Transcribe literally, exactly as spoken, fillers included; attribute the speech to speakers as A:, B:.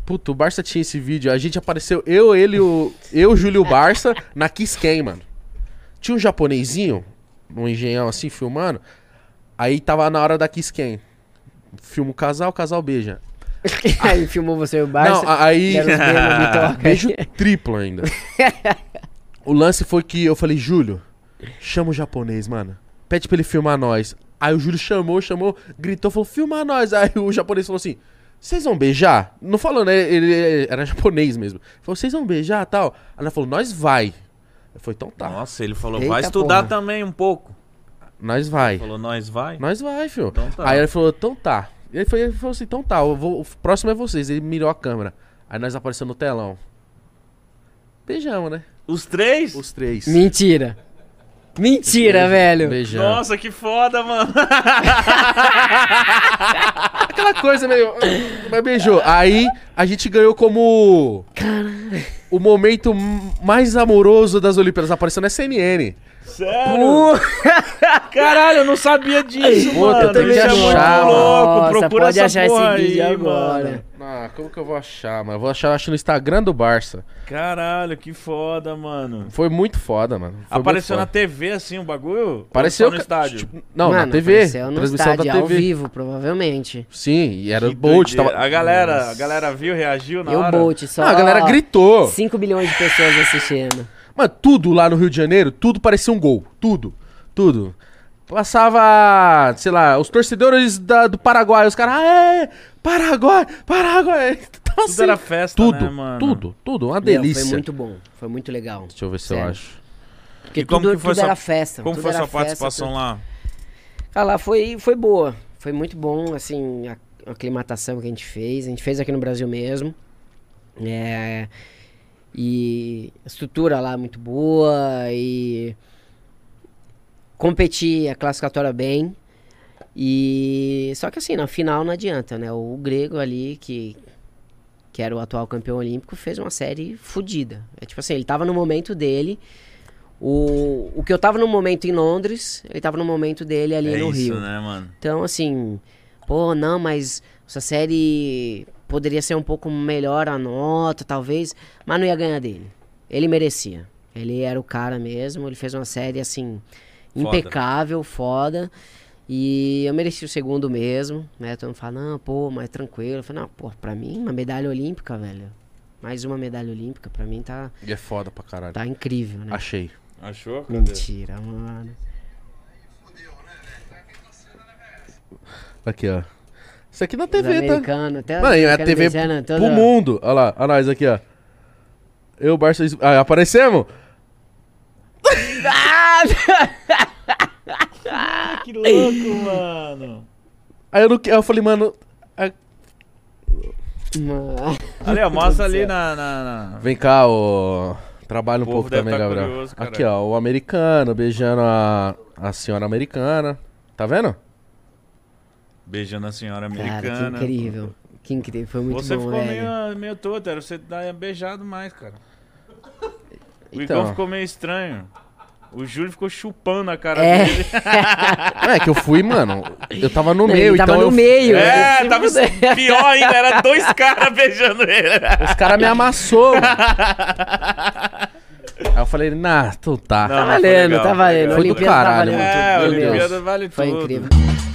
A: Puta, o Barça tinha esse vídeo. A gente apareceu, eu, ele, o, eu, Júlio e o Barça, na Kiss Cam, mano. Tinha um japonesinho, um engenhão assim, filmando. Aí tava na hora da Kiss Cam. Filma o casal, o casal beija.
B: Aí filmou você e o Barça.
A: Não, aí...
B: Beijo
A: beijo triplo ainda. O lance foi que eu falei, Júlio, chama o japonês, mano. Pede pra ele filmar nós. Aí o Júlio chamou, chamou, gritou, falou, filma nós. Aí o japonês falou assim, vocês vão beijar? Não falou, né? Ele era japonês mesmo. Falou, vocês vão beijar e tal? Aí ela falou, nós vai. Eu falei, então tá.
C: Nossa, ele falou,
B: Eita
C: vai estudar
B: porra.
C: também um pouco.
A: Nós vai.
C: Ele falou, nós vai?
A: Nós vai, filho.
C: Então tá.
A: Aí ele falou, então tá. E ele, foi, ele falou assim, então tá, eu vou, o próximo é vocês. Ele mirou a câmera. Aí nós aparecemos no telão. Beijamos, né?
C: Os três?
A: Os três.
B: Mentira. Mentira, velho.
A: Beijamos.
C: Nossa, que foda, mano.
A: Aquela coisa meio... Mas beijou. Aí a gente ganhou como...
B: Caralho.
A: O momento mais amoroso das Olimpíadas. Apareceu na C N N.
C: Sério? Caralho, eu não sabia disso,
A: Puta,
C: mano.
A: tem que
C: Isso é muito
A: achar,
C: louco.
B: Nossa,
C: Procura
B: pode
C: essa
B: achar
C: porra
B: esse vídeo
C: aí,
B: agora.
C: mano.
A: Ah, como que eu vou achar, mano? Eu vou achar, acho, no Instagram do Barça.
C: Caralho, que foda, mano.
A: Foi muito foda, mano. Foi
C: Apareceu na
A: muito
C: T V assim o bagulho?
A: Apareceu
C: Ou só no estádio?
A: Tipo, não,
B: Mano,
A: na T V.
B: apareceu no
A: Transmissão
B: estádio,
A: da
B: ao
A: T V.
B: vivo, provavelmente.
A: Sim, e era
C: Que
A: o Bolt.
C: doideira.
A: Tava...
C: A galera, a galera viu, reagiu na
B: E o
C: hora?
B: Bolt, só
A: Ah, a galera gritou.
B: cinco bilhões de pessoas assistindo.
A: Mano, tudo lá no Rio de Janeiro, tudo parecia um gol. Tudo. Tudo. Passava, sei lá, os torcedores da- do Paraguai, os caras, aê, Paraguai, Paraguai. Tava
C: Tudo era festa,
A: tudo,
C: né, mano?
A: tudo, tudo, uma
B: Meu,
A: delícia.
B: foi muito bom, foi muito legal.
A: Deixa eu ver se eu
B: Sério.
A: acho.
B: Porque
C: E como
B: tudo,
C: que foi
B: tudo
C: sua-
B: era festa.
C: Como
B: tudo
C: foi
B: era
C: sua
B: festa,
C: participação
B: tudo.
C: lá?
B: Ah, lá foi, foi boa. Foi muito bom, assim, a, a aclimatação que a gente fez. A gente fez aqui no Brasil mesmo. É, e a estrutura lá é muito boa. E competi a classificatória bem. E só que assim, na final não adianta, né? O grego ali, que, que era o atual campeão olímpico, fez uma série fodida. É tipo assim, ele tava no momento dele. O, o que eu tava no momento em Londres, ele tava no momento dele ali
C: É
B: no
C: isso,
B: Rio.
C: né, mano?
B: Então, assim, pô, não, mas essa série poderia ser um pouco melhor a nota, talvez, mas não ia ganhar dele. Ele merecia. Ele era o cara mesmo, ele fez uma série, assim,
C: Foda.
B: impecável, foda. E eu mereci o segundo mesmo, né? Todo mundo fala, não, pô, mas tranquilo. Eu falei, não, pô, pra mim, uma medalha olímpica, velho. Mais uma medalha olímpica, pra mim tá,
A: E é foda pra caralho.
B: tá incrível, né?
A: Achei.
C: Achou? Cadê?
B: Mentira, mano.
A: Aqui, ó. Isso aqui na
B: Os
A: T V, tá?
B: americanos, até os
A: Mano, é a
B: americanos
A: T V
B: beijando toda-
A: pro mundo. Olha lá, olha nós aqui, ó. Eu, Barça... Ah, aparecemos?
C: Ah, que louco, mano.
A: Aí eu, não... eu falei, mano... ah,
B: Mano.
C: Ali, ó, mostra ali na... na, na...
A: Vem cá, ô... Trabalha um
C: O povo
A: pouco
C: deve
A: também,
C: tá
A: Gabriel.
C: curioso, caralho.
A: Aqui, ó, o americano beijando a, a senhora americana. Tá vendo?
C: Beijando a senhora
B: Cara,
C: americana.
B: que incrível. Que incrível, foi muito
C: Você
B: bom,
C: ficou
B: velho.
C: meio, meio todo, era você dar beijado mais, cara. O
A: Então.
C: Igor ficou meio estranho. O Júlio ficou chupando a cara
B: É.
C: dele.
A: Não, é que eu fui, mano. Eu tava no
B: Não,
A: meio,
B: ele tava
A: então
B: no
A: eu-
B: meio.
C: É,
B: tipo,
C: tava
B: né?
C: pior ainda, era dois caras beijando ele.
A: Os caras me amassou, mano. Aí eu falei, nah, tu tá.
C: Não,
B: Tá
C: mas foi
B: valendo,
C: legal,
B: tá
C: foi
B: valendo.
C: legal.
B: A
A: Foi do
B: Olimpíada tá
A: caralho,
B: valendo
A: mano.
C: É, a
B: tudo. meu Deus.
C: Olimpíada vale
B: Foi
C: tudo.
B: incrível.